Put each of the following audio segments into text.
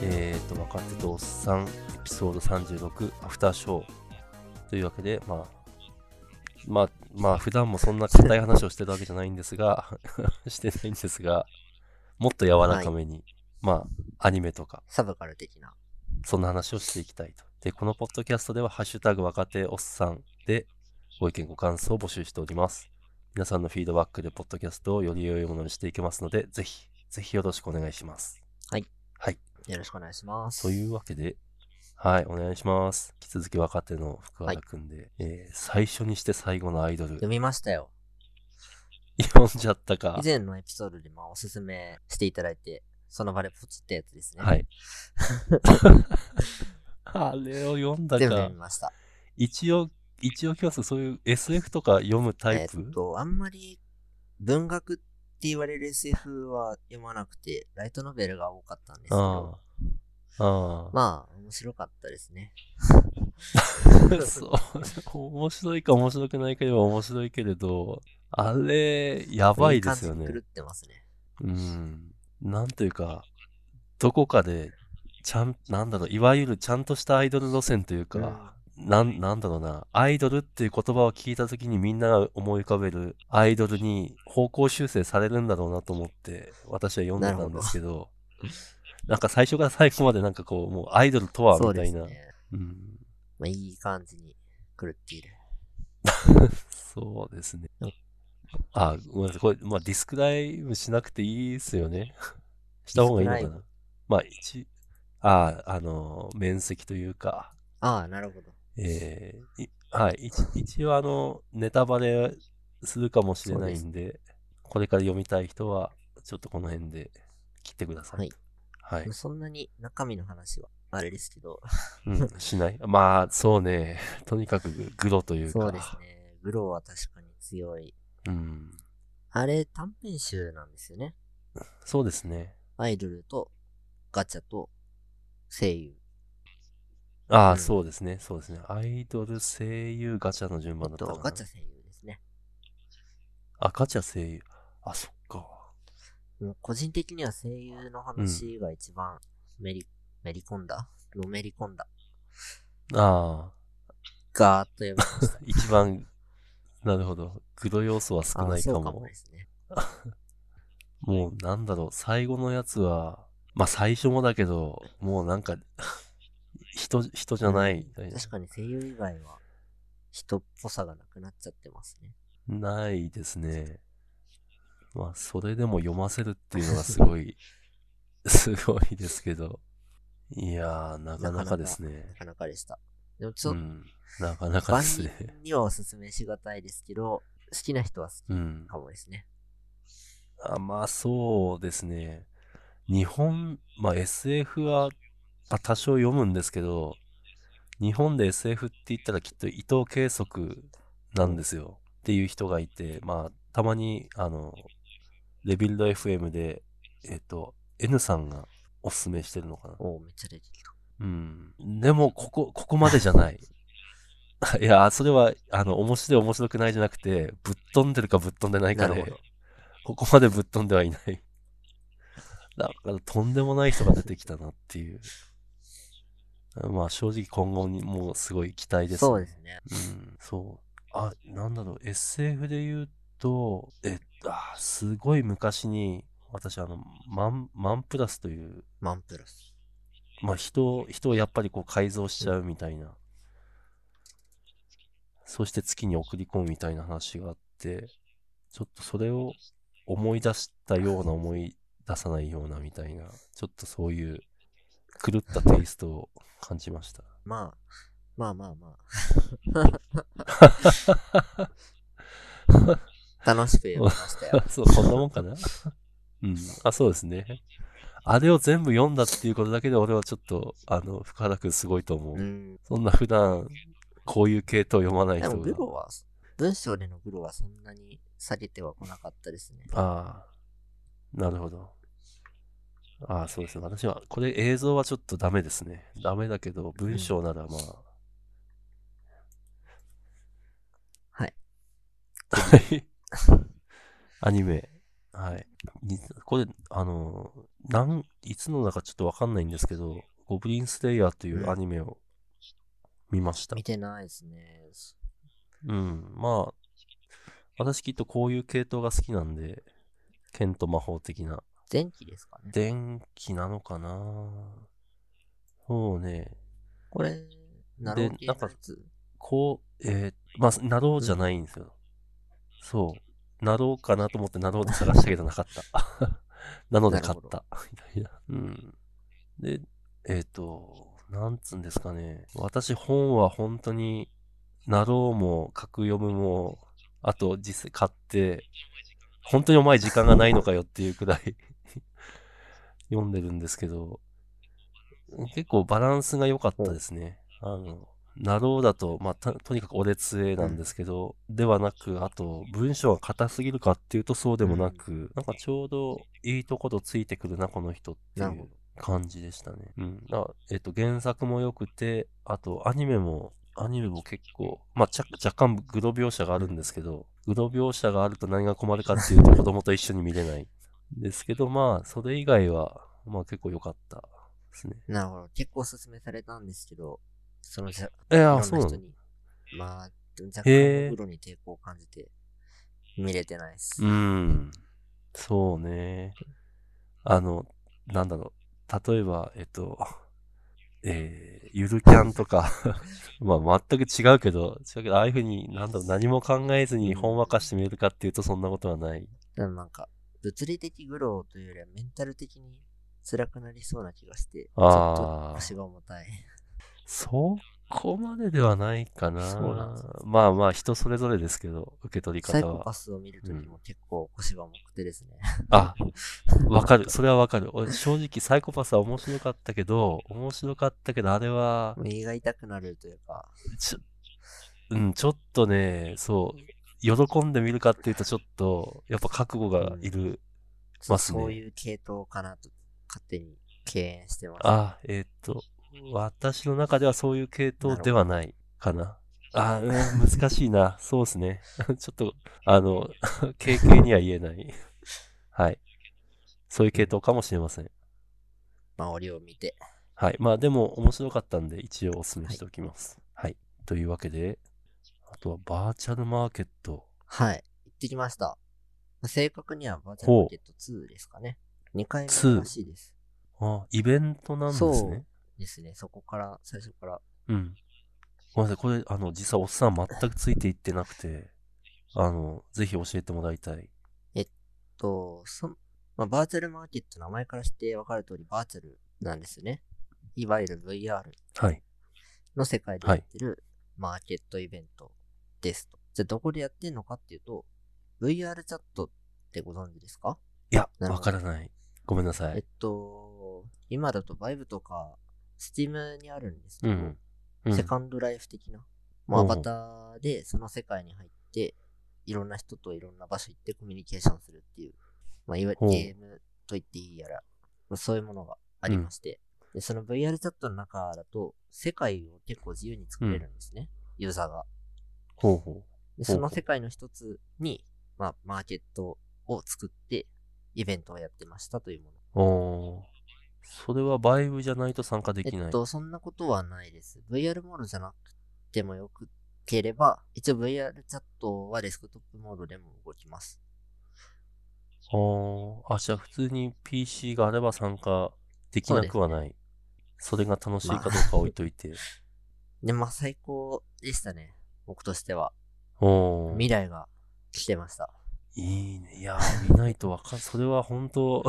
若手とおっさんエピソード36アフターショーというわけで、まあ普段もそんな硬い話をしてるわけじゃないんですがしてないんですが、もっと柔らかめに、アニメとかサブカル的なそんな話をしていきたいと。で、このポッドキャストではハッシュタグ若手おっさんでご意見ご感想を募集しております。皆さんのフィードバックでポッドキャストをより良いものにしていけますので、ぜひよろしくお願いします。 はい。 はい。 よろしくお願いします。 というわけで、はい、お願いします。引き続き若手の福原くんで、最初にして最後のアイドル。 読みましたよ。 読んじゃったか。 以前のエピソードでおすすめしていただいて、その場でポチったやつですね。 はい。あれを読んだか。 全部読みました。 一応今日そういう SF とか読むタイプ？ あんまり文学って言われる SF は読まなくて、ライトノベルが多かったんですけど、面白かったですね。 そう。面白いか面白くないかでは面白いけれど、あれ、やばいですよね。 いい感じに狂ってますね。 なんというか、どこかで、いわゆるちゃんとしたアイドル路線というか、なんだろうな、アイドルっていう言葉を聞いたときにみんなが思い浮かべるアイドルに方向修正されるんだろうなと思って私は読んでたんですけど、なんか最初から最後までなんかこう、もうアイドルとはみたいな。 いい感じに狂っている。 そうですね。ごめんなさい。これ、ディスクライブしなくていいですよね。した方がいいのかな。面積というか。 なるほど。 はい。一応ネタバレするかもしれないんで、これから読みたい人は、ちょっとこの辺で切ってください。 はい。そんなに中身の話は、あれですけど。 しない。そうね。とにかくグロというか。 そうですね。グロは確かに強い。あれ、短編集なんですよね。 そうですね。 アイドルとガチャと声優。 そうですね。そうですね。アイドル、声優、ガチャの順番だったかな。 ガチャ声優ですね。 ガチャ声優。そっか。 個人的には声優の話が一番めり込んだ。ガーッと読みました。 一番、なるほど。グロ要素は少ないかも。 そうかもですね。 もうなんだろう、最後のやつは、最初もだけど、もうなんか人じゃないみたいな。 確かに声優以外は人っぽさがなくなっちゃってますね。 ないですね。それでも読ませるっていうのがすごいですけど。いやー、なかなかですね。 なかなかでした。でもちょっと、 なかなかですね。 万人にはおすすめしがたいですけど、好きな人は好きかもですね。 そうですね。日本、SF は多少読むんですけど、日本で SF って言ったらきっと伊藤圭則なんですよ。っていう人がいて、たまに、レビルド FM で、N さんがおすすめしてるのかな。 めっちゃ出てきた。 でも、ここまでじゃない。いや、それは、面白くないじゃなくて、ぶっ飛んでるかぶっ飛んでないかで、ここまでぶっ飛んではいない。だから、とんでもない人が出てきたなっていう。正直今後にもうすごい期待ですね。 そうですね。 そう。なんだろう、SF で言うと、すごい昔に、私マンプラスという。 マンプラス。 人をやっぱりこう改造しちゃうみたいな。そして月に送り込むみたいな話があって、ちょっとそれを思い出したような思い出さないようなみたいな、ちょっとそういう狂ったテイストを感じました。 楽しく読みましたよ。 そう、こんなもんかな。そうですね。あれを全部読んだっていうことだけで俺はちょっと、深原くんすごいと思う。そんな普段、こういう系統読まない人が。 でもグロは、文章でのグロはそんなに下げてはこなかったですね。 なるほど。そうですね。私は、これ映像はちょっとダメですね。ダメだけど、文章ならはい。 アニメ。はい。これ、 いつのだかちょっとわかんないんですけど、ゴブリンスレイヤーというアニメを見ました。 見てないですね。 まあ、私きっとこういう系統が好きなんで、剣と魔法的な。 電気ですかね。 電気なのかな。そうね。 これ、ナロー系のやつ？ まあ、ナローじゃないんですよ。そう。ナローかなと思ってナローで探したけどなかった。なので買った。みたいな。で、なんつうんですかね。私本は本当に、ナローも格読むも、あと実際買って、本当にお前時間がないのかよっていうくらい読んでるんですけど、結構バランスが良かったですね。ナローだと、まあ、とにかく俺杖なんですけど、ではなく、あと、文章が硬すぎるかっていうとそうでもなく、なんかちょうどいいところついてくるな、この人っていう感じでしたね。原作も良くて、あと、アニメも結構、まあ、若干グロ描写があるんですけど、グロ描写があると何が困るかっていうと子供と一緒に見れない。ですけど、まあ、それ以外は、まあ結構良かったですね。 なるほど。結構おすすめされたんですけど、いろんな人に。まあ、若干のグロに抵抗を感じて、見れてないです。 そうね。なんだろう。例えば、ゆるキャンとかまあ全く違うけど、ああいうふうに、何も考えずにほんわかして見えるかっていうとそんなことはない。 でもなんか、物理的グロというよりはメンタル的に辛くなりそうな気がして、ちょっと腰が重たい。 そこまでではないかな。 そうなんです。 まあまあ人それぞれですけど、受け取り方は。 サイコパスを見るときも結構腰が重くてですね。 わかる。それはわかる。正直サイコパスは面白かったけど、あれは、 胃が痛くなるというか。 ちょっとね、そう、喜んでみるかっていうとちょっと、やっぱ覚悟がいる、ますね。 そういう系統かなと、勝手に敬遠してます。 私の中ではそういう系統ではないかな。難しいな。そうですね。ちょっと、軽々には言えない。はい。そういう系統かもしれません。 まあ、折を見て。 はい。まあでも面白かったんで一応お勧めしておきます。はい。というわけで、あとはバーチャルマーケット。 はい。行ってきました。正確にはバーチャルマーケット2ですかね。2回目らしいです。 イベントなんですね。 そうですね。そこから、最初から。 ごめんなさい。これ、実際おっさん全くついていってなくて、ぜひ教えてもらいたい。 バーチャルマーケット、名前からして分かる通りバーチャルなんですね。いわゆる VR の世界でやってるマーケットイベントですと。じゃあどこでやってんのかっていうと、VR チャットってご存知ですか？ いや、わからない。ごめんなさい。 今だと Vive とか Steam にあるんですけど、セカンドライフ的な、アバターでその世界に入って、いろんな人といろんな場所行ってコミュニケーションするっていう、いわゆるゲームと言っていいやら、そういうものがありまして、でその VR チャットの中だと、世界を結構自由に作れるんですね、ユーザーが。でその世界の一つに、マーケットを作って、イベントをやってましたというもの。 それはバイブじゃないと参加できない。 そんなことはないです。VR モードじゃなくてもよければ、一応 VR チャットはデスクトップモードでも動きます。 じゃあ普通に PC があれば参加できなくはない。それが楽しいかどうか置いといて。 で、最高でしたね。僕としては。未来が来てました。 いいね。いや見ないとそれは本当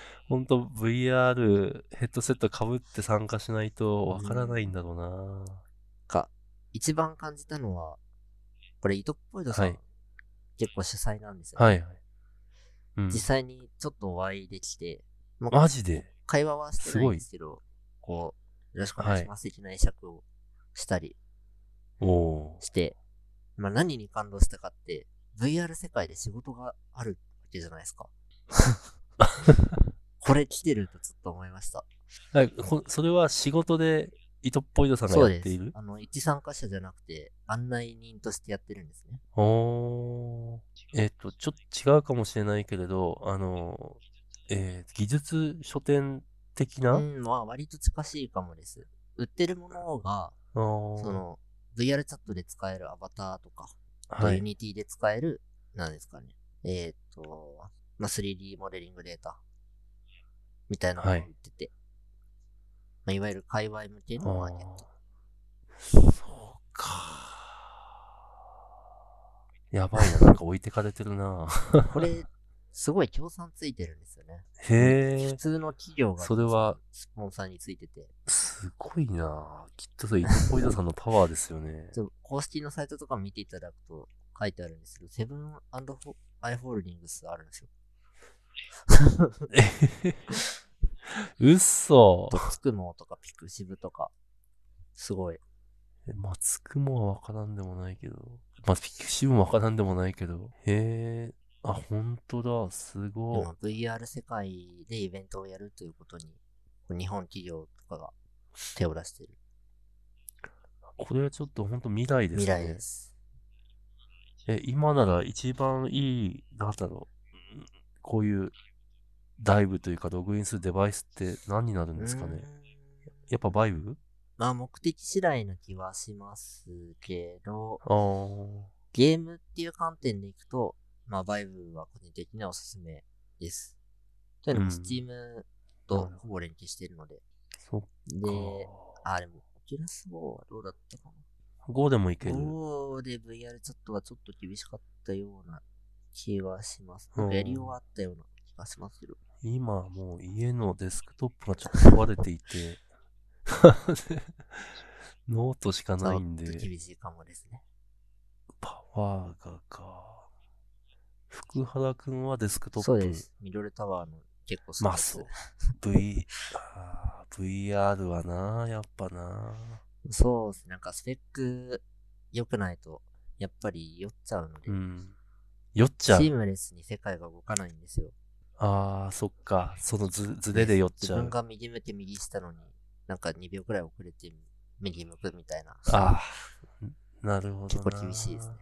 VR ヘッドセット被って参加しないとわからないんだろうな。 一番感じたのは、これ、イトッポイドさん、結構主催なんですよね。実際にちょっとお会いできて、 マジで会話はしてないんですけど、よろしくお願いします的な会釈をしたりして、何に感動したかって、VR 世界で仕事があるわけじゃないですか。これ来てるとずっと思いました。 それは仕事でイトッポイドさんがやっている？ そうです。一参加者じゃなくて、案内人としてやってるんですね。 ちょっと違うかもしれないけれど、 技術書店的な、 まあ割と近しいかもです。売ってるものが、VR チャットで使えるアバターとか、 はい。 Unity で使える、なんですかね。まあ 3D モデリングデータみたいなものを売はい。 ってて、まあ、いわゆる界隈向けのマーケット。 そうか。やばいな、なんか置いてかれてるな。 これ、すごい協賛ついてるんですよね。普へえ、 通の企業が協賛、 それは、 スポンサーについてて、 すごいな。きっとそれ、糸ポイドさんのパワーですよね。 公式のサイトとか見ていただくと書いてあるんですけど、セブンアイ・ホールディングスあるんですよ。 えへへ、うっそ。 つくもとかピクシブとか、すごい。 まあ、つくもはわからんでもないけど。まあ、ピクシブもわからんでもないけど。へえ。あ、ほんとだ。すご今 VR 世界でイベントをやるということに、日本企業とかが手を出している。 これはちょっとほんと未来で未すね。 来です。 今なら一番いい、なんだろう。こういうダイブというかログインするデバイスって何になるんですかね。やっぱバイブ。 まあ目的次第な気はしますけど、 ああ。 ゲームっていう観点でいくと、まあバイブは個人的にはおすすめです。というのも、 うん。 Steam となるほど。 ほぼ連携しているので。 そっで、 か。 でも、オキュラス GO はどうだったかな。 5でもいける。 5で VR チャットはちょっと厳しかったような気がします。 うなんかやりようん。 はあったような気がしますけど。 今もう家のデスクトップがちょっと壊れていてノートしかちょっないんで、 と厳しいかもですね。 パワーがか。福原くんはデスクトップ。 そうです。ミドルタワーの結構好きです。 まあそう。VR はな、やっぱな。 そうですね。なんかスペック良くないと、やっぱり酔っちゃうので、 うん。酔っちゃう。 シームレスに世界が動かないんですよ。 ああ、そっか。そのズレでです。 酔っちゃう。 自分が右向け右下のに、なんか2秒くらい遅れて右向くみたいな。 ああ、なるほど結構厳しいですな。 ね。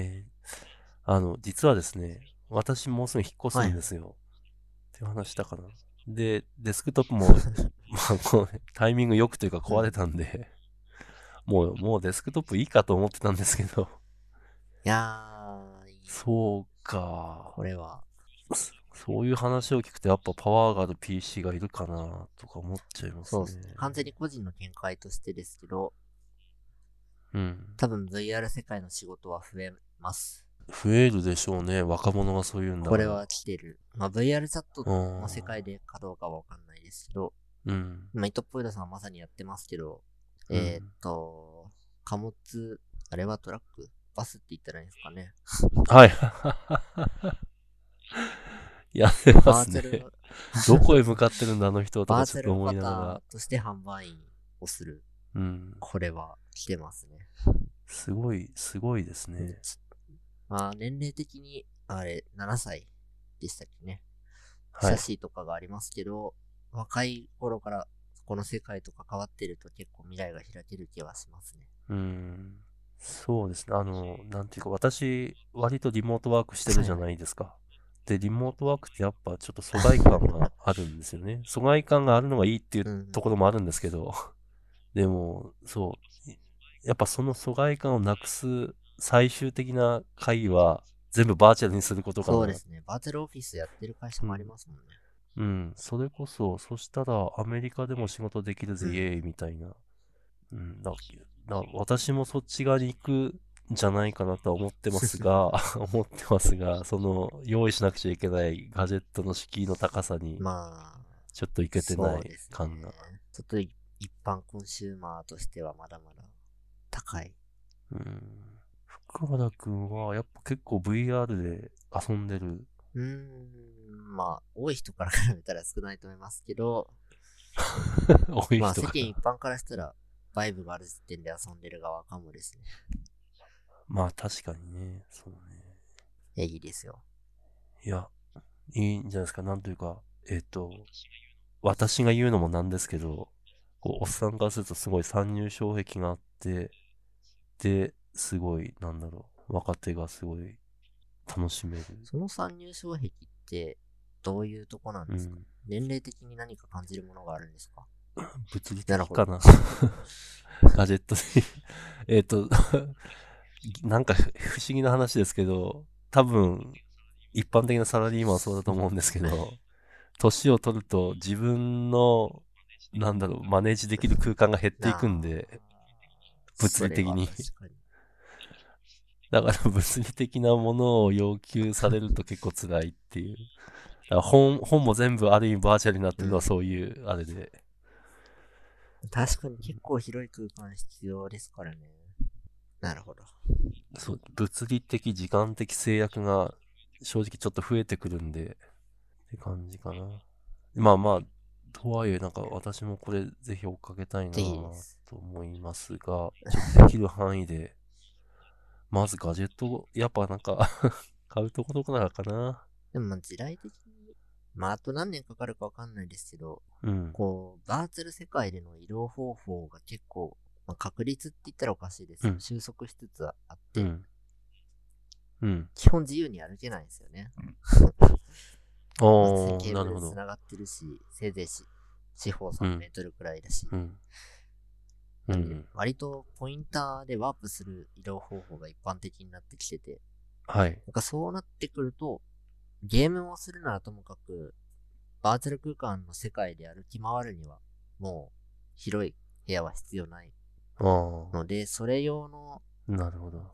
実はですね、私もうすぐ引っ越すはいはい。 んですよ。っていう話したかな。で、デスクトップも、まあ、こう、タイミングよくというか壊れうん。 たんで、もうデスクトップいいかと思ってたんですけど、 いやー、 そうか。 これは、 そういう話を聞くとやっぱパワーがある PC がいるかなとか思っちゃいますね。 そうですね。完全に個人の見解としてですけど、 うん。 多分 VR 世界の仕事は増えます。 増えるでしょうね。若者がそう言うんだから。 これは来てる。まあ VR チャットうん。 の世界でかどうかはわかんないですけど、 うん。 今、イトポイドさんはまさにやってますけど、 うん。 貨物、あれはトラックバスって言ったらいいんですかね。 はい。やってまバーすね。 チャル、 どこへ向かってるんだ、あの人とかちょっとバーチャルア思いながら。 バターとして販売員をする。 うん。 これは来てますね。 すごいですね。 まあ、年齢的に、あれ、7歳でしたっけね。 はい。 シャシーとかがありますけど、若い頃からこの世界と関わってると結構未来が開ける気はしますね。 うん。そうですね。なんていうか、私、割とリモートワークしてるじゃはいはい。 ないですか。で、リモートワークってやっぱちょっと疎外感があるんですよね。疎外感があるのがいいっていううん。 ところもあるんですけど、でも、そう、やっぱその疎外感をなくす最終的な会は全部バーチャルにすることかな。 そうですね。バーチャルオフィスやってる会社もありうん。 ますもんね。 うん。それこそ、そしたらアメリカでも仕事できるぜ、イエうん。 ーイみたいな。うん。私もそっち側に行くんじゃないかなとは思ってますが、思ってますが、その、用意しなくちゃいけないガジェットの敷居の高さに、 まあ、 ちょっといけてないそうです感が。 ね。ちょっと一般コンシューマーとしてはまだまだ高い。 うん。福原くんは、やっぱ結構 VR で遊んでる。 まあ、多い人から比べたら少ないと思いますけど、 多いまあ人かな。 世間一般からしたら、バイブがある時点で遊んでる側かもですね。 まあ確かにね。そうね。 いいですよ。 いや、いいんじゃないですか。なんというか、私が言うのもなんですけど、こう、おっさんからするとすごい参入障壁があって、で、すごい、若手がすごい楽しめる。 その参入障壁って、 どういうとこなんうですか？ ん。 年齢的に何か感じるものがあるんですか？ 物理なるほど。 的かな。ガジェットで。なんか不思議な話ですけど、多分、一般的なサラリーマンはそうだと思うんですけど、年を取ると自分の、マネージできる空間が減っていくんなで、 あ、 物それは理的に。 確かに。 だから物理的なものを要求されると結構辛いっていう。だから本も全部ある意味バーチャルになってるのはそういう、あれで。 確かに結構広い空間必要ですからね。なるほど。 そう、物理的、時間的制約が正直ちょっと増えてくるんで、って感じかな。まあまあ、とはいえ、なんか私もこれぜひ追っかけたいなぜひです。 と思いますが、ちょっとできる範囲で、まずガジェット、やっぱなんか買うところからかな。 でもまあ時代的に、まああと何年かかるかわかんないですけど、 うん。 こう、バーチャル世界での移動方法が結構、まあ、確率って言ったらおかしいですけど、 うん。 収束しつつあって、 うん。うん。 基本自由に歩けないんですよね。まあ、 おー、 ケーブルなるほど。 繋がってるし、せいぜい四方3 うん。 メートルくらいだし、 うん。うなんで、 ん。 割とポインターでワープする移動方法が一般的になってきてて、 はい。 なんかそうなってくると、ゲームをするならともかく、バーチャル空間の世界で歩き回るには、もう広い部屋は必要ないああ、 ので、それ用のなるほど。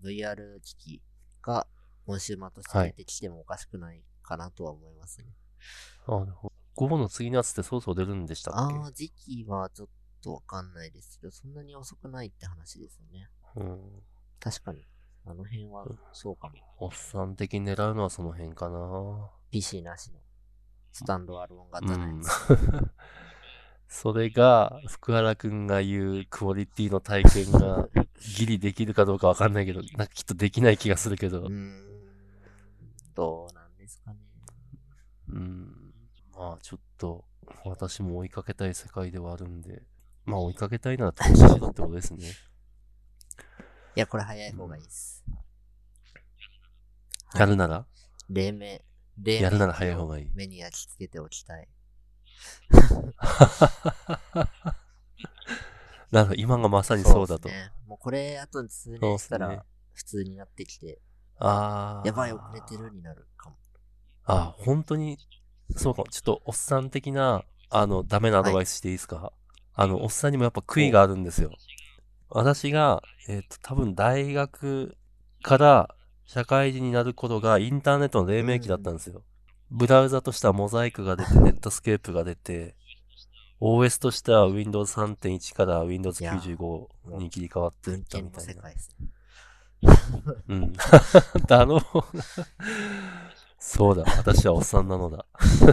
VR 機器がコンシューマーとしてはい。 出てきてもおかしくないかなとは思いますね。 あなるほど。午後の次のやつってそろそろ出るんでしたっけ？ 時期はちょっとわかんないですけど、そんなに遅くないって話ですよね。 うん。 確かに。あの辺はそうかも。 おっさん的に狙うのはその辺かな。 PC なしのスタンドアローンうん。 型のやつ。 それが、福原くんが言うクオリティの体験がギリできるかどうかわかんないけど、なんかきっとできない気がするけど。 どうなんですかね。 うん。まあちょっと、私も追いかけたい世界ではあるんで、まあ追いかけたいなら投資しろってことですね。 いや、これ早い方がいいうん、 です。はい。 やるなら黎明、黎やるなら明期を早い方がいい。 目に焼き付けておきたい。 なるほど、今がまさにそうそうだと。 ですね。もうこれ、あと数そう年したらですね。 普通になってきて、やばい、遅れてるあになるかも。 本当に、そうかも。ちょっと、おっさん的な、ダメなアはい。 ドバイスしていいですか？おっさんにもやっぱ悔いお、 があるんですよ。私が、多分大学から社会人になる頃がインターネットの黎明期だったんですよ。ブラウザとしてはモザイクが出て、ネットスケープが出て、OS としては Windows 3.1から Windows いやー、 95 もうに切り替わっていっ文献のたみたいな。 世界ですね。 うん。だろうな。そうだ、私はおっさんなのだ。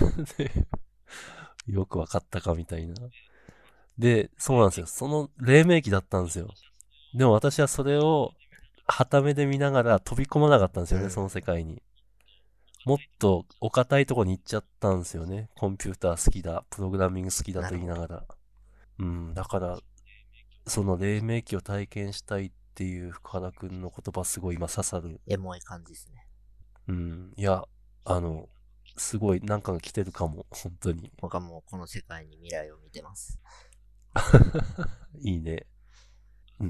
よくわかったかみたいな。で、そうなんですよ。その黎明期だったんですよ。でも私はそれを、旗目で見ながら飛び込まなかったんですよね、その世界に。もっとお堅いとこに行っちゃったんですよね。コンピューター好きだ、プログラミング好きだとなるほど。 言いながら。うん、だから、その黎明期を体験したいっていう福原くんの言葉すごい今刺さる。 エモい感じですね。 うん、いや、あの、すごいなんかが来てるかも、本当に。 僕はもうこの世界に未来を見てます。 いいね。うん。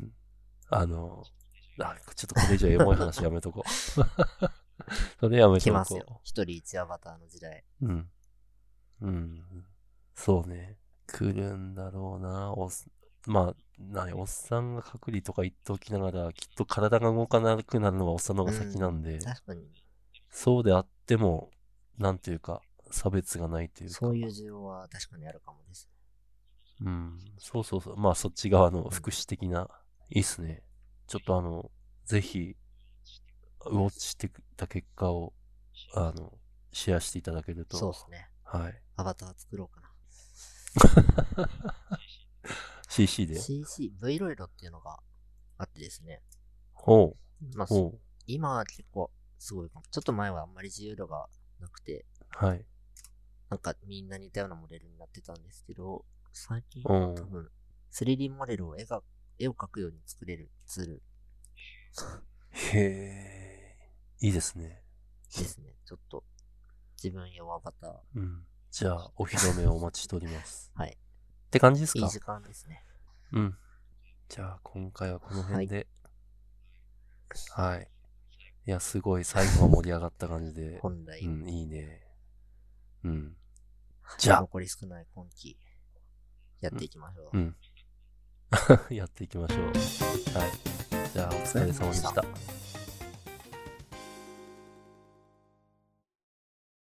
ちょっとこれ以上エモい話やめとこう。それやめ来ますよ。 とこ一人一アバターの時代。 う。うん。うん。そうね。来るんだろうな。まあ、おっさんが隔離とか言っておきながら、きっと体が動かなくなるのはおっさんの方が先なんで、 確かに。 そうであっても、なんていうか、差別がないというか。 そういう需要は確かにあるかもです。 うん。そうそうそう。まあ、そっち側の福祉的な、いいっすね。ちょっとぜひ、ウォッチしてた結果を、シェアしていただけると、 そうですね。 はい。 アバター作ろうかな。 CC で。 V ロイドっていうのがあってですね。 ほまあ、 う、ほ今は結構すごいかも。ちょっと前はあんまり自由度がなくて、 う。はい。 なんかみんな似たようなモデルになってたんですけど、最近うん。 は多分 3D モデルを絵を描くように作れるツールへえ、いいですね。 ですね。ちょっと自分用アバター。 うん。じゃあ、お披露目をお待ちしております。 はい。 って感じですか？ いい時間ですね。 うん。じゃあ、今回はこの辺で。はい。いや、すごい、最後は盛り上がった感じで。 本来。 うん、いいね。うん。じゃあ。 残り少ない今期、やっていきましょう。うん。やっていきましょう。はい。じゃあ、お疲れ様でした。